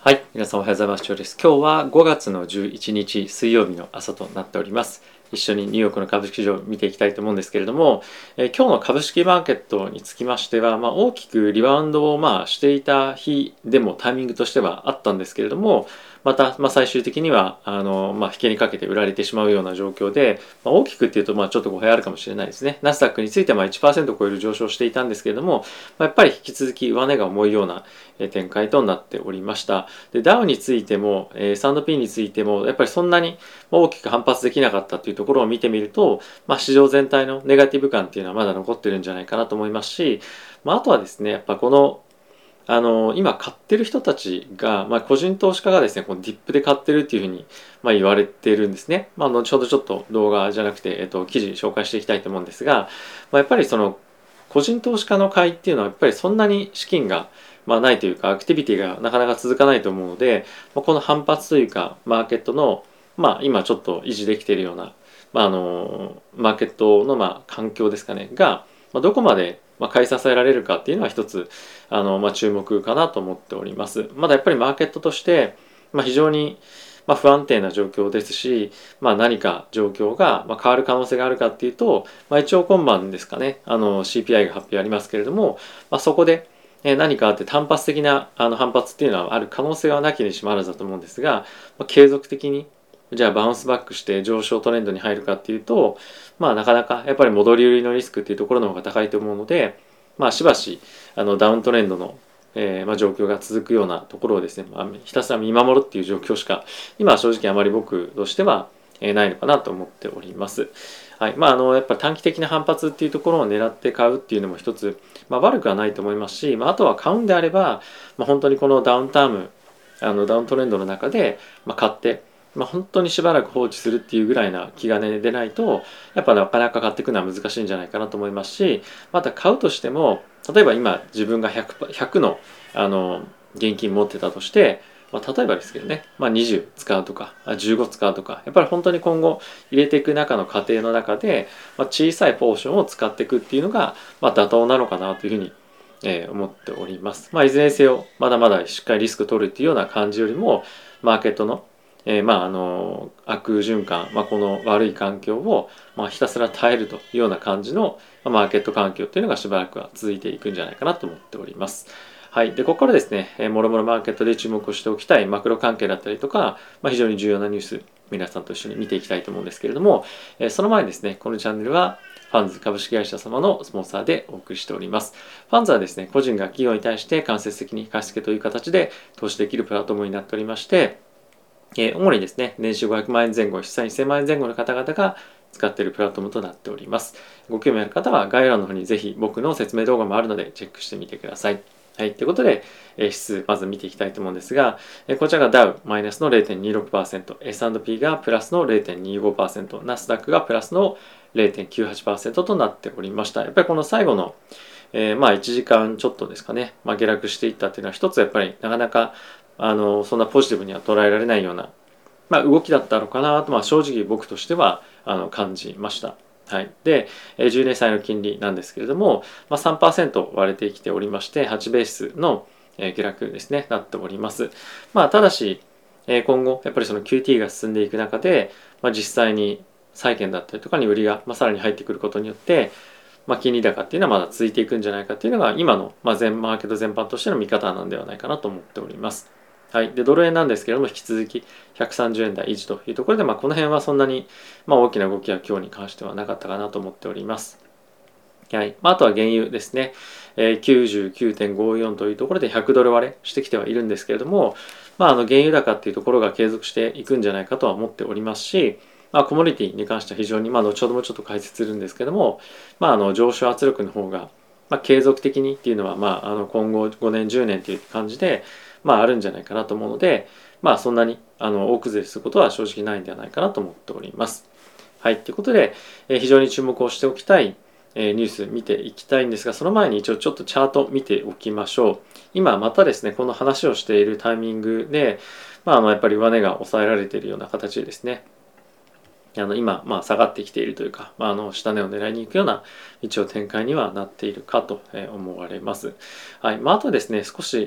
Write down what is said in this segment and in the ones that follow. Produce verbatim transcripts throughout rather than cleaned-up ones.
はい、皆さんおはようございます。長です。今日はごがつのじゅういちにち水曜日の朝となっております。一緒にニューヨークの株式市場を見ていきたいと思うんですけれども、えー今日の株式マーケットにつきましては、まあ、大きくリバウンドをまあしていた日でもタイミングとしてはあったんですけれども、また、まあ、最終的にはあの、まあ、引けにかけて売られてしまうような状況で、まあ、大きくっていうとまあちょっと語弊あるかもしれないですね。ナスダックについてはまあいちパーセントを超える上昇していたんですけれども、まあ、やっぱり引き続き上値が重いような展開となっておりました。でダウについても、エスアンドピー についてもやっぱりそんなに大きく反発できなかったというところを見てみると、まあ、市場全体のネガティブ感っていうのはまだ残ってるんじゃないかなと思いますし、まあ、あとはですねやっぱこのあの今買ってる人たちが、まあ、個人投資家がですねこのディップで買ってるっていうふうに、まあ、言われてるんですね。まあ、後ほどちょっと動画じゃなくて、えっと、記事紹介していきたいと思うんですが、まあ、やっぱりその個人投資家の買いっていうのはやっぱりそんなに資金がまあないというかアクティビティがなかなか続かないと思うので、まあ、この反発というかマーケットのまあ今ちょっと維持できているような、まあ、あのマーケットのまあ環境ですかねが、まあ、どこまでまあ買い支えられるかっていうのは一つあの、まあ、注目かなと思っております。まだやっぱりマーケットとして、まあ、非常にまあ不安定な状況ですし、まあ、何か状況が変わる可能性があるかっていうと、まあ、一応今晩ですかねあの シーピーアイ が発表ありますけれども、まあ、そこで何かあって単発的なあの反発っていうのはある可能性はなきにしもあらずだと思うんですが、まあ、継続的にじゃあバウンスバックして上昇トレンドに入るかっていうと、まあなかなかやっぱり戻り売りのリスクっていうところの方が高いと思うので、まあしばしあのダウントレンドの、えーまあ、状況が続くようなところをですね、まあ、ひたすら見守るっていう状況しか今は正直あまり僕としてはないのかなと思っております。はい、まああのやっぱり短期的な反発っていうところを狙って買うっていうのも一つ、まあ、悪くはないと思いますし、まあ、あとは買うんであれば、まあ、本当にこのダウンタームあのダウントレンドの中で、まあ、買ってまあ、本当にしばらく放置するっていうぐらいな気兼ねでないとやっぱなかなか買っていくのは難しいんじゃないかなと思いますし、また買うとしても例えば今自分が ひゃく, ひゃくのあの現金持ってたとして、まあ、例えばですけどね、まあ、にじゅう使うとかじゅうご使うとかやっぱり本当に今後入れていく中の過程の中で、まあ、小さいポーションを使っていくっていうのが、まあ、妥当なのかなというふうにえー思っております。まあ、いずれにせよまだまだしっかりリスク取るっていうような感じよりもマーケットのえー、まああの悪循環、まあ、この悪い環境を、まあ、ひたすら耐えるというような感じの、まあ、マーケット環境というのがしばらくは続いていくんじゃないかなと思っております。はい、でここからですね、えー、もろもろマーケットで注目をしておきたいマクロ関係だったりとか、まあ、非常に重要なニュース皆さんと一緒に見ていきたいと思うんですけれども、えー、その前にですねこのチャンネルはファンズ株式会社様のスポンサーでお送りしております。ファンズはですね個人が企業に対して間接的に貸付という形で投資できるプラットフォームになっておりまして、えー、主にですね、年収ごひゃくまん円前後、資産せんまん円前後の方々が使っているプラットフォームとなっております。ご興味ある方は概要欄の方にぜひ僕の説明動画もあるのでチェックしてみてください。はい、ということで、えー、指数まず見ていきたいと思うんですが、えー、こちらがダウマイナスの れいてんにじゅうろくパーセント、エスアンドピー がプラスの れいてんにじゅうごパーセント、ナスダックがプラスの れいてんきゅうはちパーセント となっておりました。やっぱりこの最後のえー、まあいちじかんちょっとですかね、まあ、下落していったっていうのは一つやっぱりなかなかあのそんなポジティブには捉えられないようなまあ、動きだったのかなと、まあ、正直僕としてはあの感じました。はい、でじゅうねん債の金利なんですけれども、まあ、さんパーセント割れてきておりましてはちベースの下落ですねなっております。まあ、ただし今後やっぱりその キューティー が進んでいく中で、まあ、実際に債券だったりとかに売りが、まあ、さらに入ってくることによって、まあ、金利高っていうのはまだ続いていくんじゃないかっていうのが今の、まあ、全マーケット全般としての見方なんではないかなと思っております。はい、でドル円なんですけれども引き続きひゃくさんじゅうえん台維持というところで、まあ、この辺はそんなに、まあ、大きな動きは今日に関してはなかったかなと思っております。はいまあ、あとは原油ですね、えー、きゅうじゅうきゅうてんごよん というところでひゃくドル割れしてきてはいるんですけれども、まあ、あの原油高っていうところが継続していくんじゃないかとは思っておりますし、まあ、コモディティに関しては非常に、まあ、後ほどもちょっと解説するんですけども、まあ、あの上昇圧力の方が、まあ、継続的にっていうのは、まあ、あの今後ごねんじゅうねんっていう感じで、まあ、あるんじゃないかなと思うので、まあ、そんなにあの大崩れすることは正直ないんではないかなと思っております。はい、ということで、えー、非常に注目をしておきたい、えー、ニュース見ていきたいんですが、その前に一応ちょっとチャート見ておきましょう。今またですね、この話をしているタイミングで、まあ、あのやっぱり上値が抑えられているような形でですね、あの今、まあ、下がってきているというか、まあ、あの下値を狙いに行くような一応展開にはなっているかと思われます。はいまあ、あとはですね、少し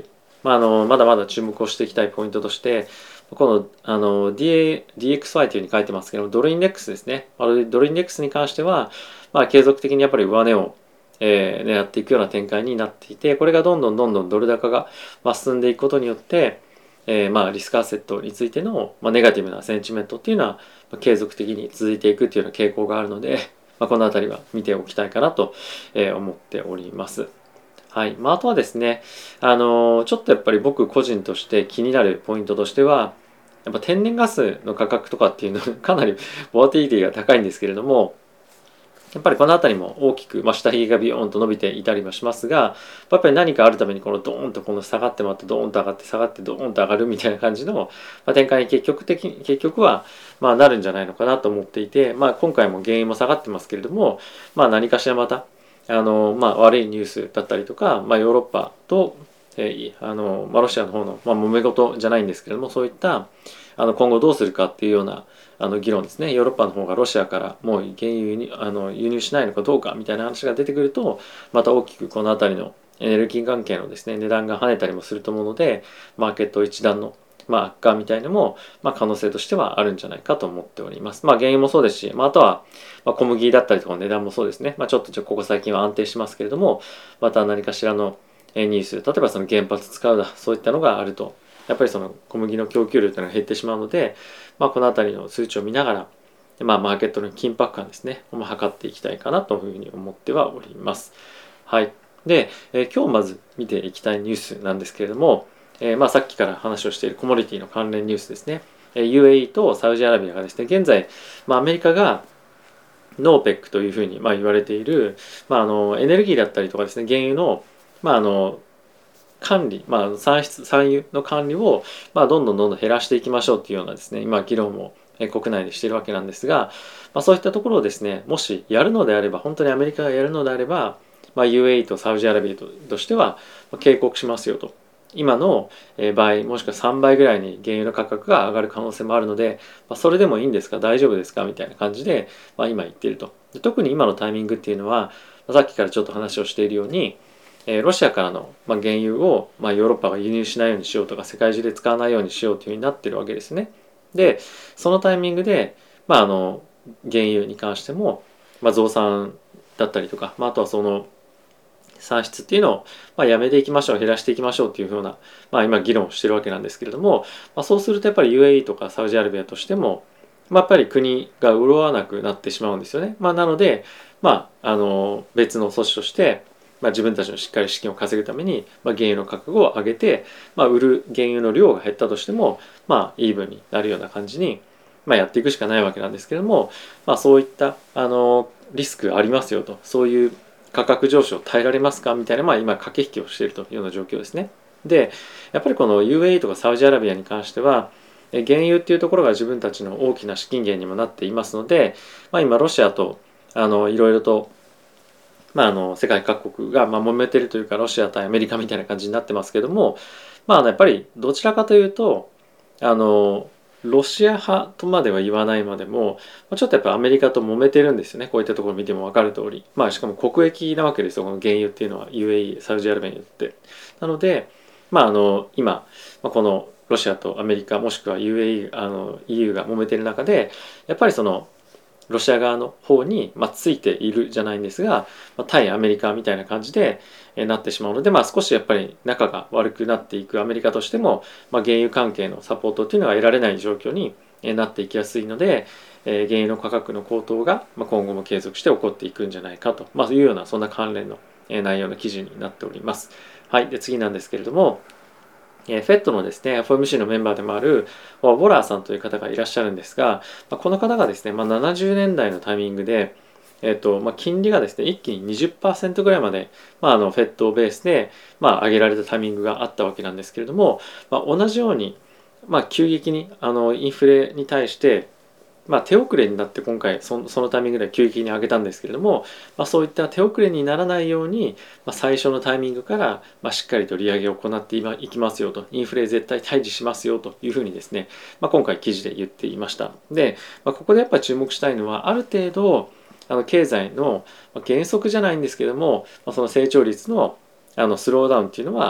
まあ、あのまだまだ注目をしていきたいポイントとして、このあの ディーエー ディーエックスワイ というふうに書いてますけど、ドルインデックスですね。ドルインデックスに関しては、まあ、継続的にやっぱり上値を、えー、狙っていくような展開になっていて、これがどんどんどんどんドル高が、まあ、進んでいくことによって、えー、まあリスクアセットについての、まあ、ネガティブなセンチメントっていうのは、まあ、継続的に続いていくっていうような傾向があるので、まあ、この辺りは見ておきたいかなと思っております。はい。まあ、あとはですね、あのちょっとやっぱり僕個人として気になるポイントとしては、やっぱ天然ガスの価格とかっていうのはかなりボラティリティが高いんですけれども、やっぱりこの辺りも大きく、まあ、下髭がビヨーンと伸びていたりもしますが、やっぱり何かあるためにこのドーンとこの下がってまたドーンと上がって下がってドーンと上がるみたいな感じの、まあ、展開に結局的に結局はまあなるんじゃないのかなと思っていて、まあ、今回も原因も下がってますけれども、まあ、何かしらまたあの、まあ、悪いニュースだったりとか、まあ、ヨーロッパと、えーあのまあ、ロシアの方の、まあ、揉め事じゃないんですけれども、そういったあの今後どうするかっていうようなあの議論ですね。ヨーロッパの方がロシアからもう原油にあの輸入しないのかどうかみたいな話が出てくると、また大きくこの辺りのエネルギー関係のですね値段が跳ねたりもすると思うので、マーケット一段のまあ悪化みたいなのも、まあ、可能性としてはあるんじゃないかと思っております。まあ原油もそうですし、まあ、あとは、まあ、小麦だったりとかの値段もそうですね。まあ、ちょっとここ最近は安定してますけれども、また何かしらのニュース、例えばその原発使うだ、そういったのがあると、やっぱりその小麦の供給量というのが減ってしまうので、まあ、この辺りの数値を見ながら、まあ、マーケットの緊迫感ですね、を測っていきたいかなというふうに思ってはおります。はい。で、えー、今日まず見ていきたいニュースなんですけれども、えー、まあさっきから話をしているコモディティの関連ニュースですね。えー、ユーエーイー とサウジアラビアがですね、現在、まあ、アメリカがノーペックというふうにまあ言われている、まあ、あのエネルギーだったりとかですね、原油の、まあ、あの管理、まあ、産出産油の管理を、まあ、どんどんどんどん減らしていきましょうっていうようなですね、今議論を国内でしているわけなんですが、まあ、そういったところをですね、もしやるのであれば、本当にアメリカがやるのであれば、まあ、ユーエーイー とサウジアラビアとしては警告しますよと。今の倍もしくはさんばいぐらいに原油の価格が上がる可能性もあるので、まあ、それでもいいんですか、大丈夫ですかみたいな感じで、まあ、今言っていると。特に今のタイミングっていうのは、さっきからちょっと話をしているように、ロシアからの原油をヨーロッパが輸入しないようにしようとか、世界中で使わないようにしようというふうになってるわけですね。で、そのタイミングで、まあ、あの原油に関しても、まあ、増産だったりとか、まあ、あとはその産出っていうのを、まあ、やめていきましょう、減らしていきましょうっていうふうな、まあ、今議論をしてるわけなんですけれども、まあ、そうするとやっぱり ユーエーイー とかサウジアラビアとしても、まあ、やっぱり国が潤わなくなってしまうんですよね。まあ、なので、まあ、あの別の措置として、まあ、自分たちのしっかり資金を稼ぐために、まあ、原油の価格を上げて、まあ、売る原油の量が減ったとしても、まあ、イーブンになるような感じに、まあ、やっていくしかないわけなんですけれども、まあ、そういったあのリスクありますよと、そういう価格上昇耐えられますかみたいな、まあ、今駆け引きをしているというような状況ですね。で、やっぱりこの ユーエーイー とかサウジアラビアに関しては、原油っていうところが自分たちの大きな資金源にもなっていますので、まあ、今ロシアとあのいろいろと、まあ、あの世界各国がまあ揉めてるというか、ロシア対アメリカみたいな感じになってますけども、まあ、やっぱりどちらかというとあのロシア派とまでは言わないまでもちょっとやっぱアメリカと揉めてるんですよね。こういったところを見ても分かる通り、まあ、しかも国益なわけですよ、この原油っていうのは ユーエーイー サウジアラビアによって。なので、まあ、あの今このロシアとアメリカもしくは ユーエーイー あの イーユー が揉めてる中で、やっぱりそのロシア側の方に、まあ、ついているじゃないんですが、まあ、対アメリカみたいな感じでなってしまうので、まあ、少しやっぱり仲が悪くなっていくアメリカとしても、まあ、原油関係のサポートっていうのが得られない状況になっていきやすいので、えー、原油の価格の高騰が今後も継続して起こっていくんじゃないかと、まあ、いうようなそんな関連の内容の記事になっております。はい、で次なんですけれども、フェットのですね、エフオーエムシー のメンバーでもあるウォラーさんという方がいらっしゃるんですが、この方がですね、まあ、ななじゅうねんだいのタイミングで、えっとまあ、金利がですね、一気に にじゅっパーセント ぐらいまで、まあ、あのフェットベースで、まあ、上げられたタイミングがあったわけなんですけれども、まあ、同じように、まあ、急激にあのインフレに対してまあ、手遅れになって今回そのそのタイミングで急激に上げたんですけれども、まあ、そういった手遅れにならないように、まあ、最初のタイミングから、まあ、しっかりと利上げを行っていきますよと、インフレ絶対退治しますよというふうにですね、まあ、今回記事で言っていました。で、まあ、ここでやっぱり注目したいのは、ある程度あの経済の減速じゃないんですけども、まあ、その成長率のあのスローダウンっていうのは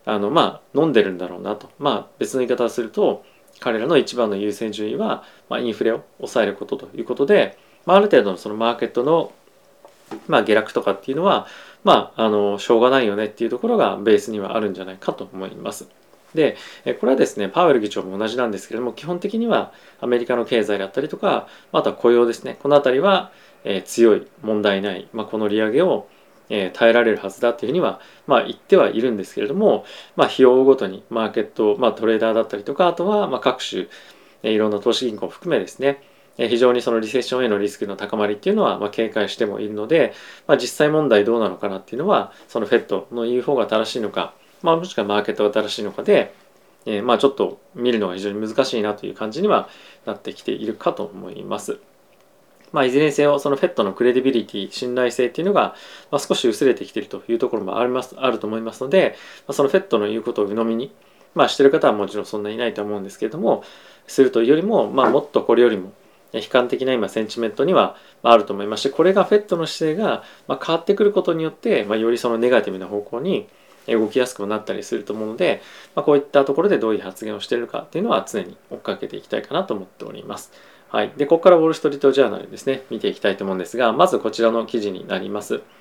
あのまあ飲んでるんだろうなと。まあ別の言い方をすると、彼らの一番の優先順位は、まあ、インフレを抑えることということで、まあ、ある程度のそのマーケットの、まあ、下落とかっていうのは、まあ、あのしょうがないよねっていうところがベースにはあるんじゃないかと思います。で、これはですね、パウエル議長も同じなんですけれども、基本的にはアメリカの経済だったりとか、あとは雇用ですね、このあたりは強い、問題ない、まあ、この利上げを耐えられるはずだというふうには、まあ、言ってはいるんですけれども、まあ、日を追うごとにマーケット、まあ、トレーダーだったりとか、あとはまあ各種いろんな投資銀行を含めですね、非常にそのリセッションへのリスクの高まりっていうのはまあ警戒してもいるので、まあ、実際問題どうなのかなっていうのは、その フェット の言う方が正しいのか、まあ、もしくはマーケットが正しいのかで、えー、まあちょっと見るのが非常に難しいなという感じにはなってきているかと思います。まあ、いずれにせよその フェット のクレディビリティ、信頼性っていうのが、まあ、少し薄れてきているというところもあります、あると思いますので、まあ、その フェット の言うことを鵜呑みに、まあ、してる方はもちろんそんなにいないと思うんですけれども、するというよりも、まあ、もっとこれよりも悲観的な今センチメントにはあると思いまして、これが フェット の姿勢が変わってくることによって、まあ、よりそのネガティブな方向に動きやすくなったりすると思うので、まあ、こういったところでどういう発言をしているかっていうのは常に追っかけていきたいかなと思っております。はい、でここからウォール・ストリート・ジャーナルですね、見ていきたいと思うんですが、まずこちらの記事になります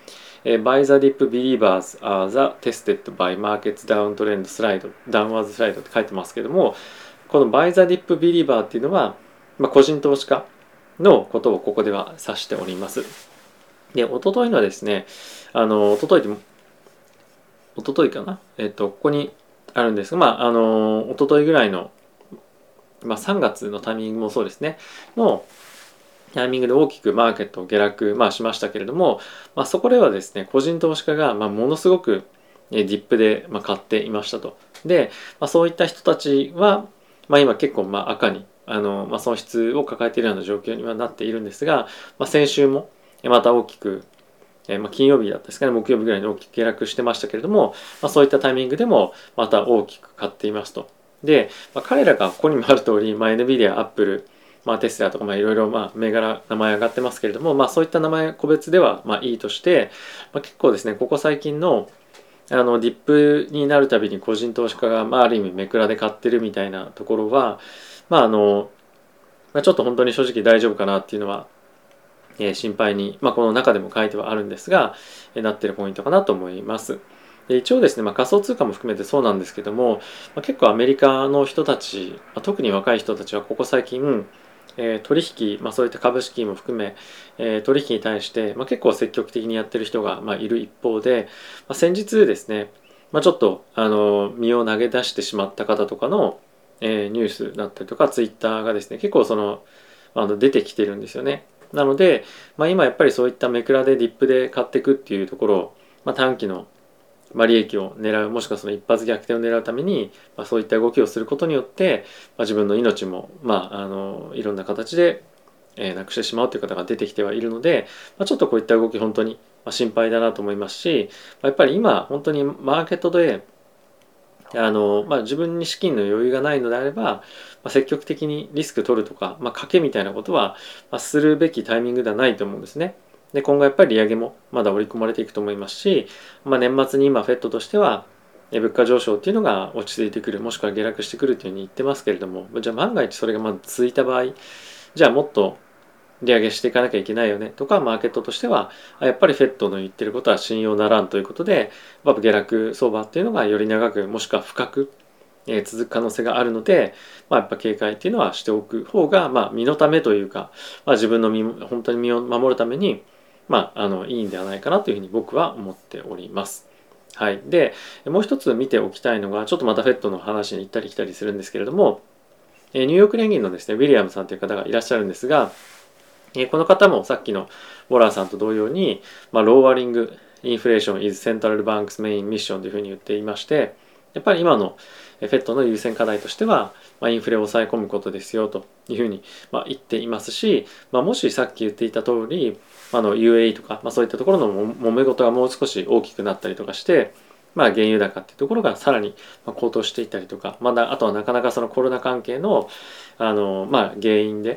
。Buy the dip believers are the tested by markets downtrend slide, downward slide って書いてますけども、この Buy the dip believer っていうのは、まあ、個人投資家のことをここでは指しております。で、おとといのですね、あの、おとといでも、おとといかな、えっと、ここにあるんですが、まあ、あの、おとといぐらいのまあ、さんがつのタイミングもそうですねのタイミングで大きくマーケットを下落、まあ、しましたけれども、まあ、そこではですね個人投資家がまあものすごくディップでまあ買っていましたと。で、まあ、そういった人たちは、まあ、今結構まあ赤にあの、まあ、損失を抱えているような状況にはなっているんですが、まあ、先週もまた大きくえーまあ、金曜日だったですかね、木曜日ぐらいに大きく下落してましたけれども、まあ、そういったタイミングでもまた大きく買っていますと。で、まあ、彼らがここにもある通り、まあ、エヌビディア、アップル、まあ、テスラとか、まあ、いろいろ、まあ、銘柄、名前上がってますけれども、まあ、そういった名前、個別では、まあ、いいとして、まあ、結構ですね、ここ最近の、あの、ディップになるたびに個人投資家が、まあ、ある意味、めくらで買ってるみたいなところは、まあ、あの、まあ、ちょっと本当に正直大丈夫かなっていうのは、えー、心配に、まあ、この中でも書いてはあるんですが、えー、なってるポイントかなと思います。で一応ですね、まあ、仮想通貨も含めてそうなんですけども、まあ、結構アメリカの人たち、まあ、特に若い人たちはここ最近、えー、取引、まあ、そういった株式も含め、えー、取引に対して、まあ、結構積極的にやってる人が、まあ、いる一方で、まあ、先日ですね、まあ、ちょっとあの身を投げ出してしまった方とかの、えー、ニュースだったりとかツイッターがですね結構そのあの出てきてるんですよね。なので、まあ、今やっぱりそういっためくらでディップで買っていくっていうところを、まあ、短期のまあ利益を狙う、もしくはその一発逆転を狙うために、まあ、そういった動きをすることによって、まあ、自分の命も、まあ、あのいろんな形で、えー、なくしてしまうという方が出てきてはいるので、まあ、ちょっとこういった動き本当に心配だなと思いますし、まあ、やっぱり今本当にマーケットであの、まあ、自分に資金の余裕がないのであれば、まあ、積極的にリスク取るとか、まあ、賭けみたいなことは、まあ、するべきタイミングではないと思うんですね。で、今後やっぱり利上げもまだ織り込まれていくと思いますし、まあ、年末に今 フェット としては物価上昇っていうのが落ち着いてくる、もしくは下落してくるというふうに言ってますけれども、じゃあ万が一それがまず続いた場合、じゃあもっと利上げしていかなきゃいけないよねとか、マーケットとしてはやっぱり フェット の言ってることは信用ならんということで、下落相場っていうのがより長くもしくは深く続く可能性があるので、まあ、やっぱ警戒っていうのはしておく方が、まあ、身のためというか、まあ、自分の身本当に身を守るために、まあ、あのいいんではないかなというふうに僕は思っております。はい、でもう一つ見ておきたいのが、ちょっとまた フェット の話に行ったり来たりするんですけれども、ニューヨーク連銀のですねウィリアムさんという方がいらっしゃるんですが、この方もさっきのウォラーさんと同様に、まあ、ローワリングインフレーション is central bank's main mission というふうに言っていまして、やっぱり今の フェット の優先課題としては、まあ、インフレを抑え込むことですよというふうに、まあ、言っていますし、まあ、もしさっき言っていた通り、あの ユーエーイー とか、まあ、そういったところの揉め事がもう少し大きくなったりとかして、まあ、原油高っていうところがさらに高騰していったりとか、まだあとはなかなかそのコロナ関係の、あの、まあ、原因で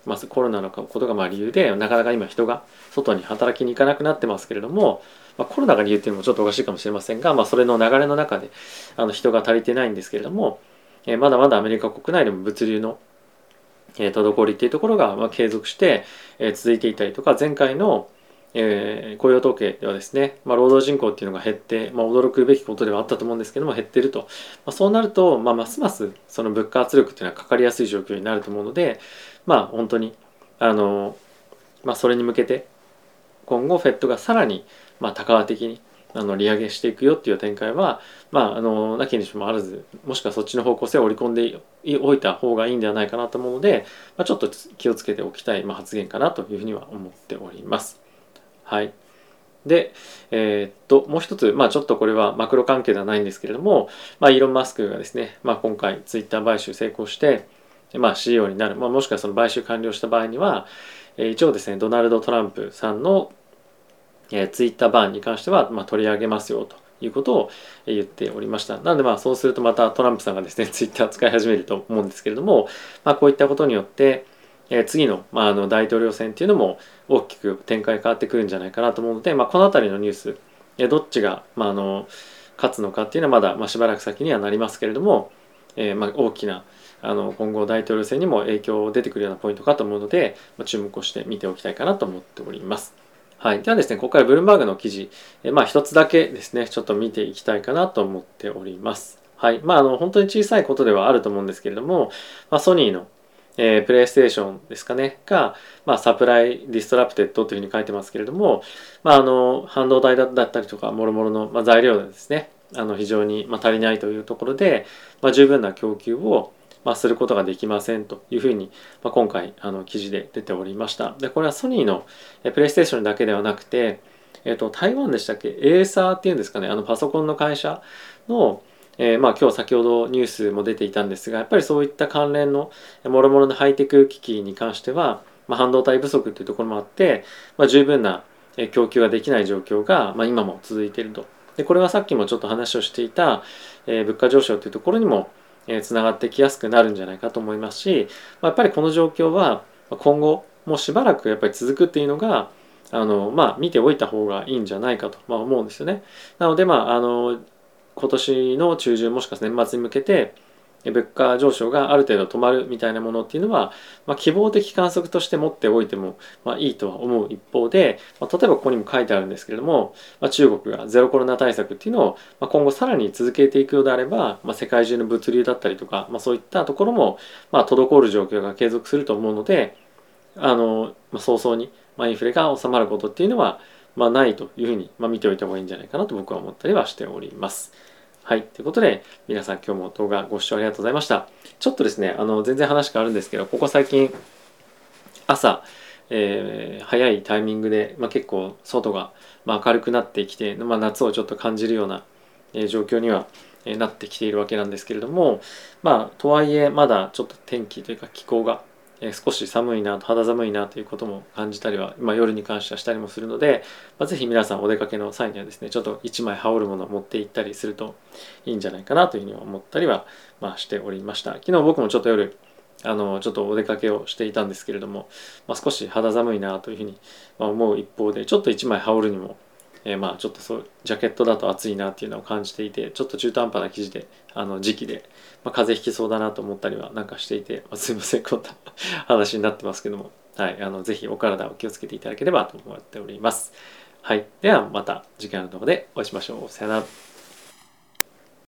まあ、コロナのことがまあ理由でなかなか今人が外に働きに行かなくなってますけれども、まあ、コロナが理由っていうのもちょっとおかしいかもしれませんが、まあ、それの流れの中であの人が足りてないんですけれども、えー、まだまだアメリカ国内でも物流のえー滞りっていうところがまあ継続して、えー続いていたりとか、前回のえー雇用統計ではですね、まあ、労働人口っていうのが減って、まあ、驚くべきことではあったと思うんですけども減っていると、まあ、そうなると、まあ、ますますその物価圧力っていうのはかかりやすい状況になると思うので、まあ本当にあの、まあ、それに向けて今後フェットがさらにまあ多価的にあの利上げしていくよっていう展開は、まあ、あのなきにしもあらず、もしくはそっちの方向性を織り込んでおいた方がいいんではないかなと思うので、まあ、ちょっと気をつけておきたい、まあ、発言かなというふうには思っております。はい。で、えーっと、もう一つ、まあちょっとこれはマクロ関係ではないんですけれども、まあイーロン・マスクがですね、まあ今回ツイッター買収成功して、まあ シーイーオー になる、まあもしくはその買収完了した場合には、えー一応ですね、ドナルド・トランプさんの、えー、ツイッター版に関しては、まあ、取り上げますよということを言っておりました。なのでまあそうするとまたトランプさんがですね、ツイッター使い始めると思うんですけれども、まあこういったことによって、えー次の、まあ、あの大統領選っていうのも大きく展開変わってくるんじゃないかなと思うので、まあ、この辺りのニュース、えーどっちが、まあ、あの勝つのかっていうのはまだ、まあ、しばらく先にはなりますけれども、えーまあ、大きなあの今後大統領選にも影響出てくるようなポイントかと思うので、まあ、注目をして見ておきたいかなと思っております。はい。ではですね、ここからブルームバーグの記事、えーまあ一つだけですね、ちょっと見ていきたいかなと思っております。はい。まああの本当に小さいことではあると思うんですけれども、まあ、ソニーのえープレイステーションですかねが、まあ、サプライディストラプテッドというふうに書いてますけれども、まあ、あの半導体だったりとかもろもろの、まあ、材料がですねあの非常に、まあ、足りないというところで、まあ、十分な供給を、まあ、することができませんというふうに、まあ、今回あの記事で出ておりました。でこれはソニーのえープレイステーションだけではなくて、えー、と台湾でしたっけエーサーっていうんですかね、あのパソコンの会社のえーまあ、今日先ほどニュースも出ていたんですが、やっぱりそういった関連のもろもろのハイテク機器に関しては、まあ、半導体不足というところもあって、まあ、十分な供給ができない状況が、まあ、今も続いていると。でこれはさっきもちょっと話をしていた、えー物価上昇というところにもえーつながってきやすくなるんじゃないかと思いますし、まあ、やっぱりこの状況は今後もうしばらくやっぱり続くっていうのがあの、まあ、見ておいた方がいいんじゃないかと、まあ、思うんですよね。なので、まあ、あの今年の中旬もしくは年末に向けて物価上昇がある程度止まるみたいなものっていうのは、まあ、希望的観測として持っておいても、まあ、いいとは思う一方で、まあ、例えばここにも書いてあるんですけれども、まあ、中国がゼロコロナ対策っていうのを、まあ、今後さらに続けていくようであれば、まあ、世界中の物流だったりとか、まあ、そういったところも、まあ、滞る状況が継続すると思うのであの、まあ、早々に、まあ、インフレが収まることっていうのは、まあ、ないというふうに、まあ、見ておいた方がいいんじゃないかなと僕は思ったりはしております。はい。ということで、皆さん今日も動画ご視聴ありがとうございました。ちょっとですね、あの、全然話変わるんですけど、ここ最近、朝、えー早いタイミングで、まあ、結構外が、まあ、明るくなってきて、まあ、夏をちょっと感じるような、えー状況には、えーなってきているわけなんですけれども、まあ、とはいえ、まだちょっと天気というか気候が、えー少し寒いなと肌寒いなということも感じたりは、まあ、夜に関してはしたりもするので、まあ、ぜひ皆さんお出かけの際にはですねちょっといちまい羽織るものを持って行ったりするといいんじゃないかなというふうに思ったりは、まあ、しておりました。昨日僕もちょっと夜あのちょっとお出かけをしていたんですけれども、まあ、少し肌寒いなというふうに思う一方でちょっといちまい羽織るにもえー、まあちょっとそうジャケットだと暑いなっていうのを感じていてちょっと中途半端な生地であの時期で、まあ、風邪ひきそうだなと思ったりはなんかしていて、まあ、すいませんこんな話になってますけども、はい、あのぜひお体を気をつけていただければと思っております。はい、ではまた次回の動画でお会いしましょう。さよなら。